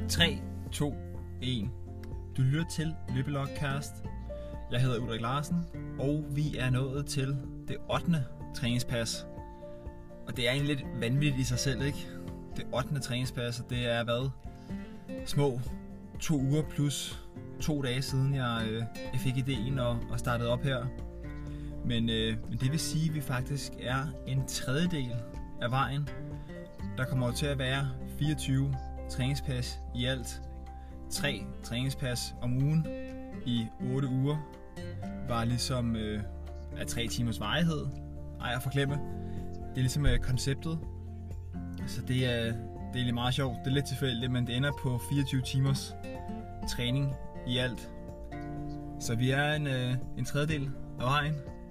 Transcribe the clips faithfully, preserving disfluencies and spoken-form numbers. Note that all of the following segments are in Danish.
tre, to, et. Du lytter til Løbelogcast. Jeg hedder Ulrik Larsen, og vi er nået til det ottende træningspas. Og det er egentlig lidt vanvittigt i sig selv, ikke? Det ottende træningspas, og det er hvad? Små to uger plus to dage siden, jeg, øh, jeg fik ideen og, og startede op her. Men, øh, men det vil sige, at vi faktisk er en tredjedel af vejen. Der kommer til at være fireogtyve træningspas i alt. Tre træningspas om ugen i otte uger. Var ligesom øh, af tre timers varighed. Ej, jeg får glemme. Det er ligesom øh, konceptet. Så det er, det er egentlig meget sjovt. Det er lidt tilfældigt, men det ender på fireogtyve timers træning i alt. Så vi er en, øh, en tredjedel af vejen.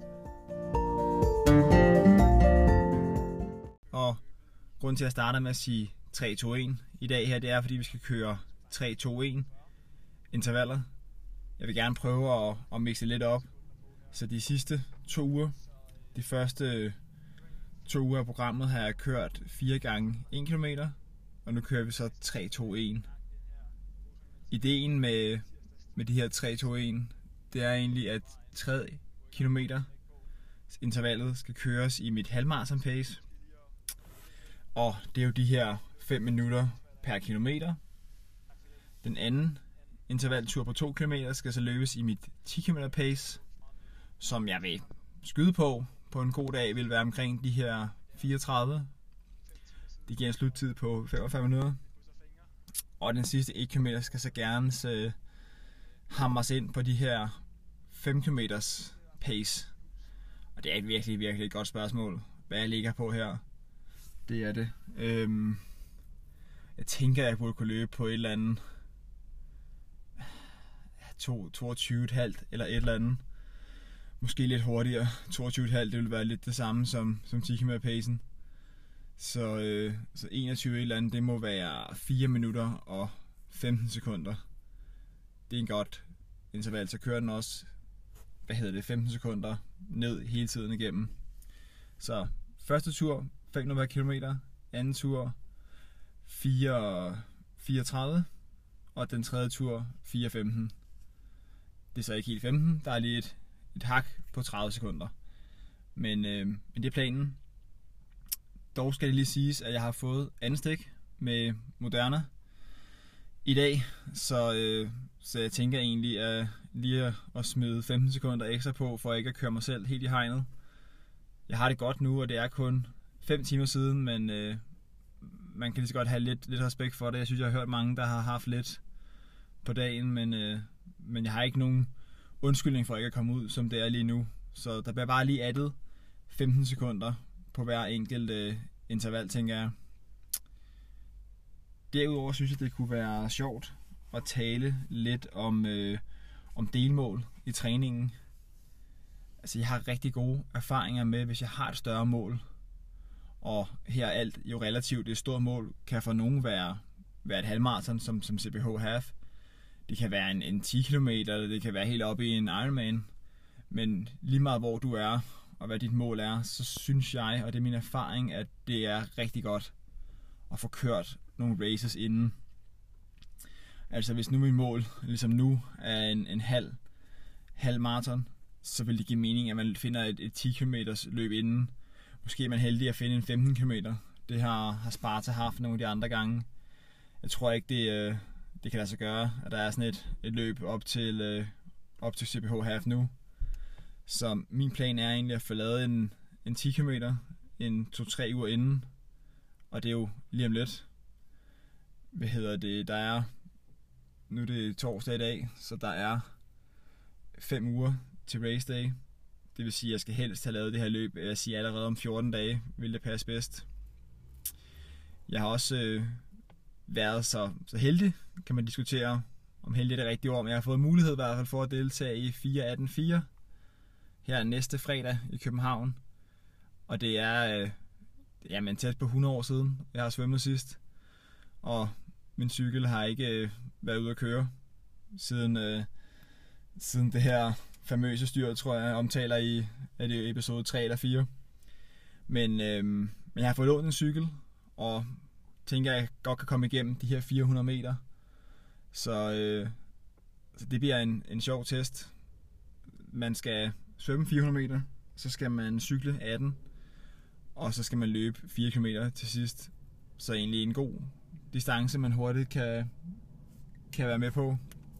Og grunden til at jeg starter med at sige tre to et i dag her, det er fordi vi skal køre tre to et intervaller. Jeg vil gerne prøve at, at mixe lidt op. Så de sidste to uger, de første to uger af programmet, har jeg kørt fire gange en kilometer, og nu kører vi så tre to et. Ideen med, med de her tre to et, det er egentlig, at tre kilometer intervallet skal køres i mit halvmarathon pace. Og det er jo de her fem minutter per kilometer. Den anden intervaltur på to kilometer skal så løbes i mit ti kilometer pace, som jeg vil skyde på på en god dag vil være omkring de her fireogtredive. Det giver en sluttid på femogfyrre minutter. Og den sidste et kilometer skal så gerne så hamres ind på de her fem kilometers pace. Og det er et virkelig, virkelig godt spørgsmål, hvad jeg ligger på her. Det er det. Øhm, jeg tænker, at jeg burde kunne løbe på et eller andet toogtyve komma fem eller et eller andet. Måske lidt hurtigere. toogtyve komma fem, det vil være lidt det samme som, som ti kilometer pacen. Så, øh, så enogtyve et eller andet, det må være fire minutter og femten sekunder. Det er en godt interval, så kører den også, hvad hedder det, femten sekunder ned hele tiden igennem. Så første tur fem minutter per kilometer, anden tur fire fireogtredive, og den tredje tur fire femten. Det er så ikke helt femten, der er lige et, et hak på tredive sekunder. Men, øh, men det er planen. Dog skal det lige siges, at jeg har fået anden stik med Moderna i dag, så, øh, så jeg tænker egentlig at lige at, at smide femten sekunder ekstra på, for ikke at køre mig selv helt i hegnet. Jeg har det godt nu, og det er kun fem timer siden, men øh, man kan lige så godt have lidt, lidt respekt for det. Jeg synes, jeg har hørt mange, der har haft lidt på dagen, men, øh, men jeg har ikke nogen undskyldning for ikke at komme ud, som det er lige nu. Så der bliver bare lige addet femten sekunder på hver enkelt øh, interval, tænker jeg. Derudover synes jeg, det kunne være sjovt at tale lidt om, øh, om delmål i træningen. Altså, jeg har rigtig gode erfaringer med, hvis jeg har et større mål, og her er alt jo relativt. Et stort mål kan for nogen være, være et halvmarathon, som, som C P H Half. Det kan være en, en ti kilometer, eller det kan være helt oppe i en Ironman. Men lige meget hvor du er, og hvad dit mål er, så synes jeg, og det er min erfaring, at det er rigtig godt at få kørt nogle races inden. Altså hvis nu mit mål, ligesom nu, er en, en halv, halv maraton, så vil det give mening, at man finder et, et ti kilometers løb inden. Måske er man heldig at finde en femten kilometer. Det har, har Sparta haft nogle af de andre gange. Jeg tror ikke, det, øh, det kan lade sig gøre, at der er sådan et, et løb op til, øh, op til C P H Half nu. Så min plan er egentlig at få lavet en, en ti kilometer en to tre uger inden. Og det er jo lige om lidt. Hvad hedder det? Der er, nu er det torsdag i dag, så der er fem uger til race day. Det vil sige, at jeg skal helst have lavet det her løb. Jeg siger allerede om fjorten dage, vil det passe bedst. Jeg har også øh, været så, så heldig, kan man diskutere, om heldig er det rigtige ord, men jeg har fået mulighed i hvert fald for at deltage i fire atten fire her næste fredag i København. Og det er øh, jamen, tæt på hundrede år siden, jeg har svømmet sidst. Og min cykel har ikke øh, været ude at køre siden, øh, siden det her famøse styr, tror jeg, omtaler i er det episode tre eller fire. Men, øh, men jeg har fået lånt en cykel, og tænker, at jeg godt kan komme igennem de her fire hundrede meter Så, øh, så det bliver en, en sjov test. Man skal svømme fire hundrede meter, så skal man cykle atten, og så skal man løbe fire kilometer til sidst. Så egentlig en god distance, man hurtigt kan, kan være med på.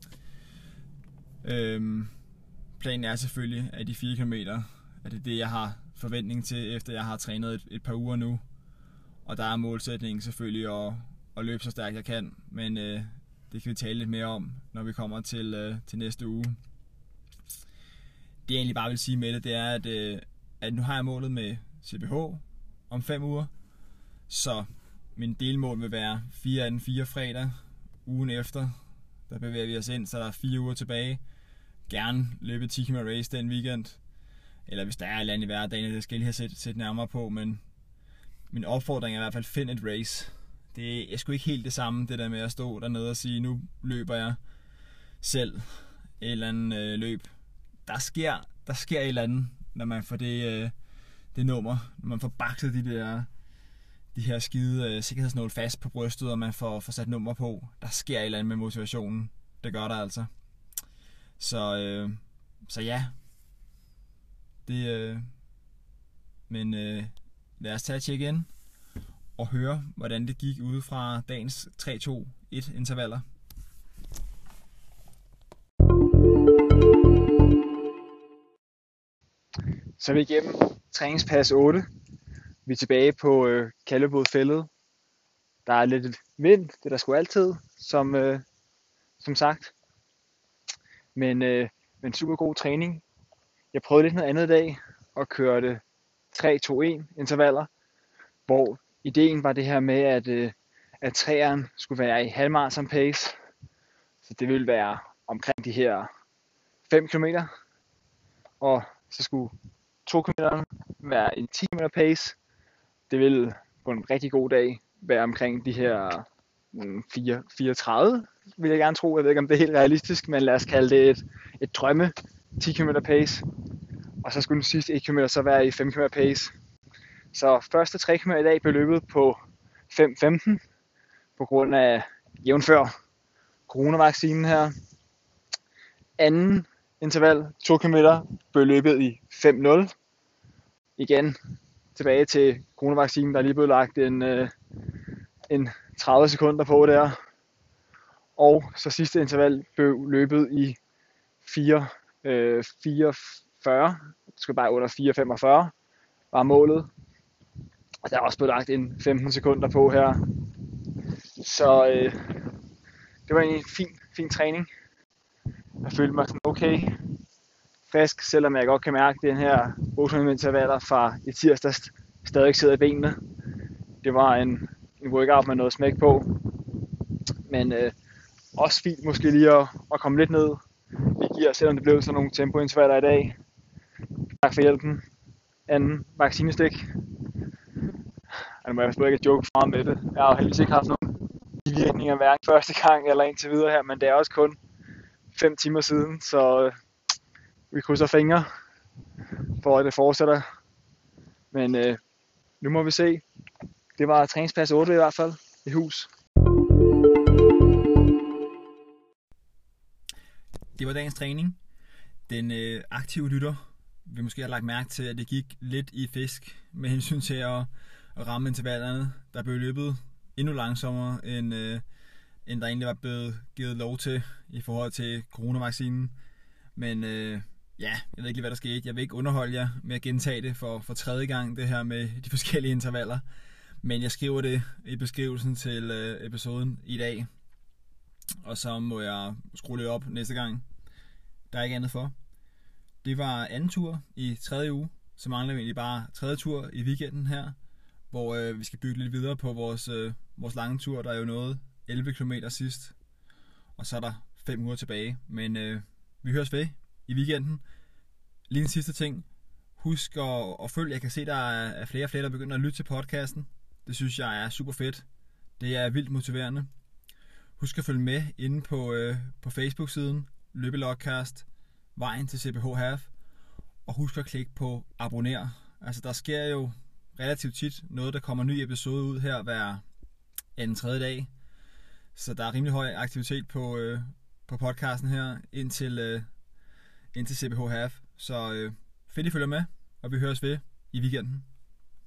Øhm, planen er selvfølgelig, at de fire kilometer, at det er det, jeg har forventning til, efter jeg har trænet et, et par uger nu. Og der er målsætningen selvfølgelig at, at løbe så stærkt jeg kan, men øh, det kan vi tale lidt mere om, når vi kommer til, øh, til næste uge. Det jeg egentlig bare vil sige med det, det er, at, øh, at nu har jeg målet med C P H om fem uger, så min delmål vil være fire atten fire fredag. Ugen efter, der bevæger vi os ind, så der er fire uger tilbage. Gerne løbe ti kilometer race den weekend, eller hvis der er et eller andet i hverdagen, det skal jeg lige have set, set nærmere på, men min opfordring er i hvert fald, find et race. Det er sgu ikke helt det samme, det der med at stå dernede og sige, nu løber jeg selv et eller andet øh, løb. Der sker, der sker et eller andet, når man får det, øh, det nummer, når man får bakset de der de her skide øh, sikkerhedsnål fast på brystet, og man får, får sat nummer på. Der sker et eller andet med motivationen. Det gør der altså. Så, øh, så ja. Det, øh, men øh, lad os tage et check ind og høre, hvordan det gik ude fra dagens tre to et intervaller. Så er vi igennem træningspas otte. Vi er tilbage på øh, Kaldebodfældet. Der er lidt vind, det er der sgu altid, som, øh, som sagt. Men, øh, men super god træning. Jeg prøvede lidt noget andet i dag og kørte tre to et intervaller, hvor ideen var det her med, at, øh, at træeren skulle være i halvmarathon pace. Så det ville være omkring de her fem kilometer. Og så skulle to kilometer være en ti kilometer pace. Det ville på en rigtig god dag være omkring de her fire fireogtredive, vil jeg gerne tro. Jeg ved ikke, om det er helt realistisk, men lad os kalde det et, et drømme ti kilometer pace. Og så skulle den sidste et kilometer så være i fem kilometer pace. Så første tre kilometer i dag blev løbet på fem femten på grund af jævnfør coronavaccinen her. Anden interval, to kilometer, blev løbet i fem nul. Igen tilbage til coronavaccinen, der er lige blevet lagt en, øh, en tredive sekunder på der. Og så sidste interval blev løbet i fire fireogfyrre. Det skal bare under fire femogfyrre var målet. Og der er også blevet lagt en femten sekunder på her. Så øh, det var egentlig en fin, fin træning. Jeg følte mig sådan okay frisk, selvom jeg godt kan mærke, at den her otte hundrede intervaller fra i tirsdags stadig sidder i benene. Det var en, en workout med noget smæk på. Men øh, også fint måske lige at, at komme lidt ned. Vi giver, selvom det blev sådan nogle tempointervaller i dag. Tak for hjælpen. Anden vaccinestik. Nu må jeg selvfølgelig ikke joke for meget med det. Jeg har jo heldigvis ikke haft nogen bivirkninger hverken første gang eller indtil videre her, men det er også kun fem timer siden, så øh, vi krydser fingre for at det fortsætter. Men øh, nu må vi se. Det var træningspas otte i hvert fald i hus. Det var dagens træning. Den øh, aktive lytter vil måske have lagt mærke til, at det gik lidt i fisk med hensyn til at, at ramme intervallerne. Der blev løbet endnu langsommere, end, øh, end der egentlig var blevet givet lov til i forhold til coronavaccinen. Men øh, ja, jeg ved ikke lige, hvad der skete. Jeg vil ikke underholde jer med at gentage det for, for tredje gang, det her med de forskellige intervaller. Men jeg skriver det i beskrivelsen til øh, episoden i dag. Og så må jeg skrue lidt op næste gang. Der er ikke andet for. Det var anden tur i tredje uge. Så mangler vi egentlig bare tredje tur i weekenden her, hvor øh, vi skal bygge lidt videre på vores, øh, vores lange tur. Der er jo nået elleve kilometer sidst. Og så er der fem uger tilbage. Men øh, vi høres ved i weekenden. Lige en sidste ting. Husk at, at følge. Jeg kan se, der er flere og flere, der begynder at lytte til podcasten. Det synes jeg er super fedt. Det er vildt motiverende. Husk at følge med inde på, øh, på Facebook-siden Løbelogcast, vejen til C P H Half. Og husk at klikke på abonner. Altså der sker jo relativt tit noget, der kommer en ny episode ud her hver anden tredje dag. Så der er rimelig høj aktivitet på, øh, på podcasten her indtil, øh, indtil C B H Half. Så øh, fedt, I følger med, og vi høres ved i weekenden.